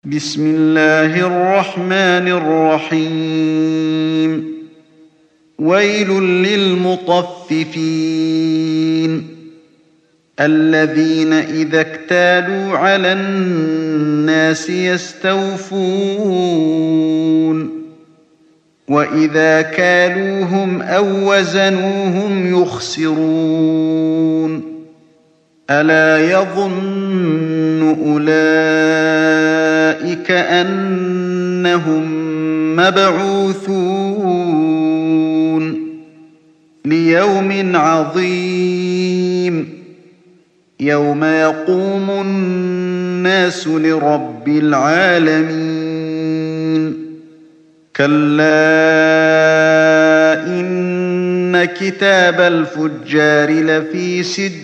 بسم الله الرحمن الرحيم. ويل للمطففين الذين إذا اكتالوا على الناس يستوفون وإذا كالوهم أو وزنوهم يخسرون. ألا يظن أولئك أنهم مبعوثون ليوم عظيم يوم يقوم الناس لرب العالمين. كلا إن كتاب الفجار لفي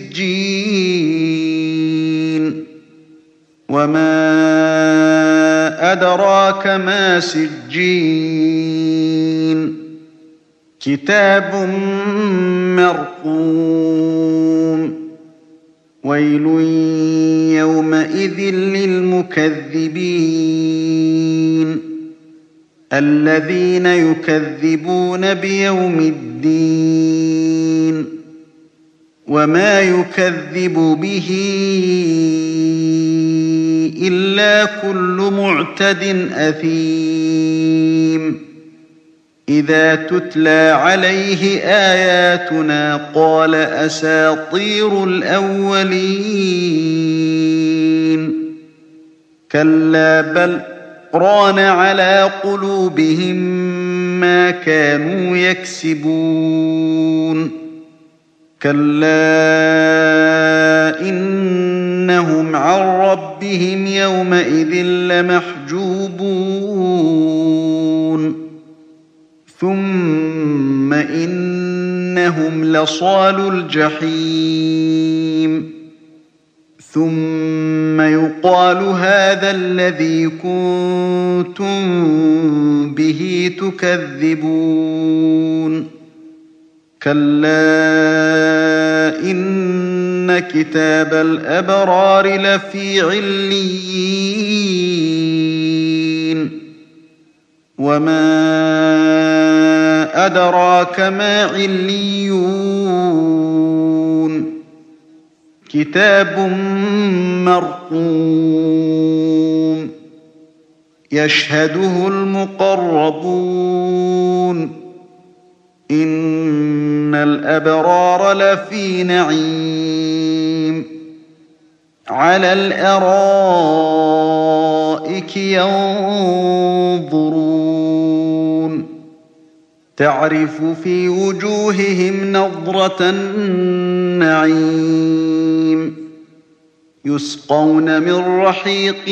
سجين وما أدراك ما سجين كتاب مرقوم. ويل يومئذ للمكذبين الذين يكذبون بيوم الدين وما يكذب به إلا كل معتد أثيم. إذا تتلى عليه آياتنا قال أساطير الأولين. كلا بل ران على قلوبهم ما كانوا يكسبون. كلا إنهم عن ربهم يومئذ لمحجوبون. ثم إنهم لصالو الجحيم. ثم يقال هذا الذي كنتم به تكذبون. كلا إن كتاب الأبرار لفي عليين وما أدراك ما عليون كتاب مرقوم يشهده المقربون. إن الأبرار لفي نعيم على الأرائك ينظرون تعرف في وجوههم نضرة النعيم يسقون من رحيق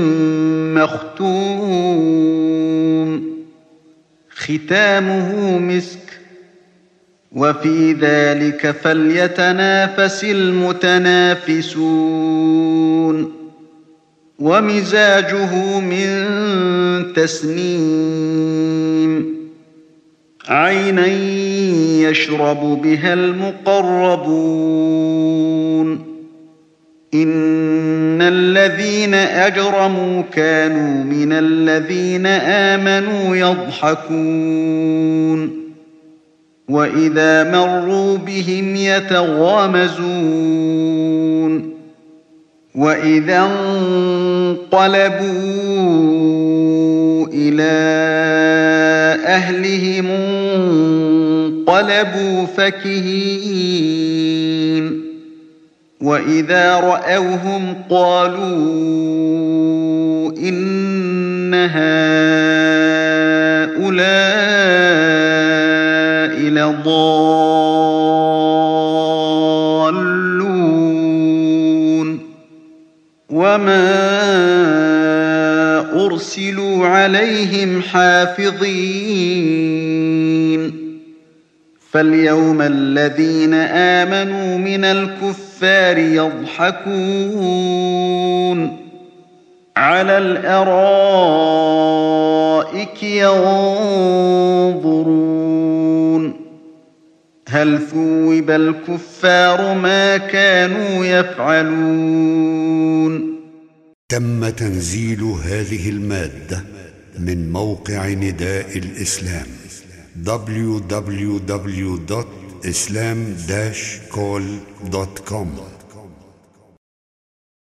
مختوم ختامه مسك وفي ذلك فليتنافس المتنافسون. ومزاجه من تسنيم عينا يشرب بها المقربون. إن الذين أجرموا كانوا من الذين آمنوا يضحكون وإذا مروا بهم يتغامزون. وإذا انقلبوا إلى أهلهم انقلبوا فكهين. وإذا رأوهم قالوا إن هؤلاء لضالون وما أرسلوا عليهم حافظين. فاليوم الذين آمنوا من الكفار يضحكون على الأرائك ينظرون هل ثوب الكفار ما كانوا يفعلون. تم تنزيل هذه المادة من موقع نداء الإسلام www.islam-call.com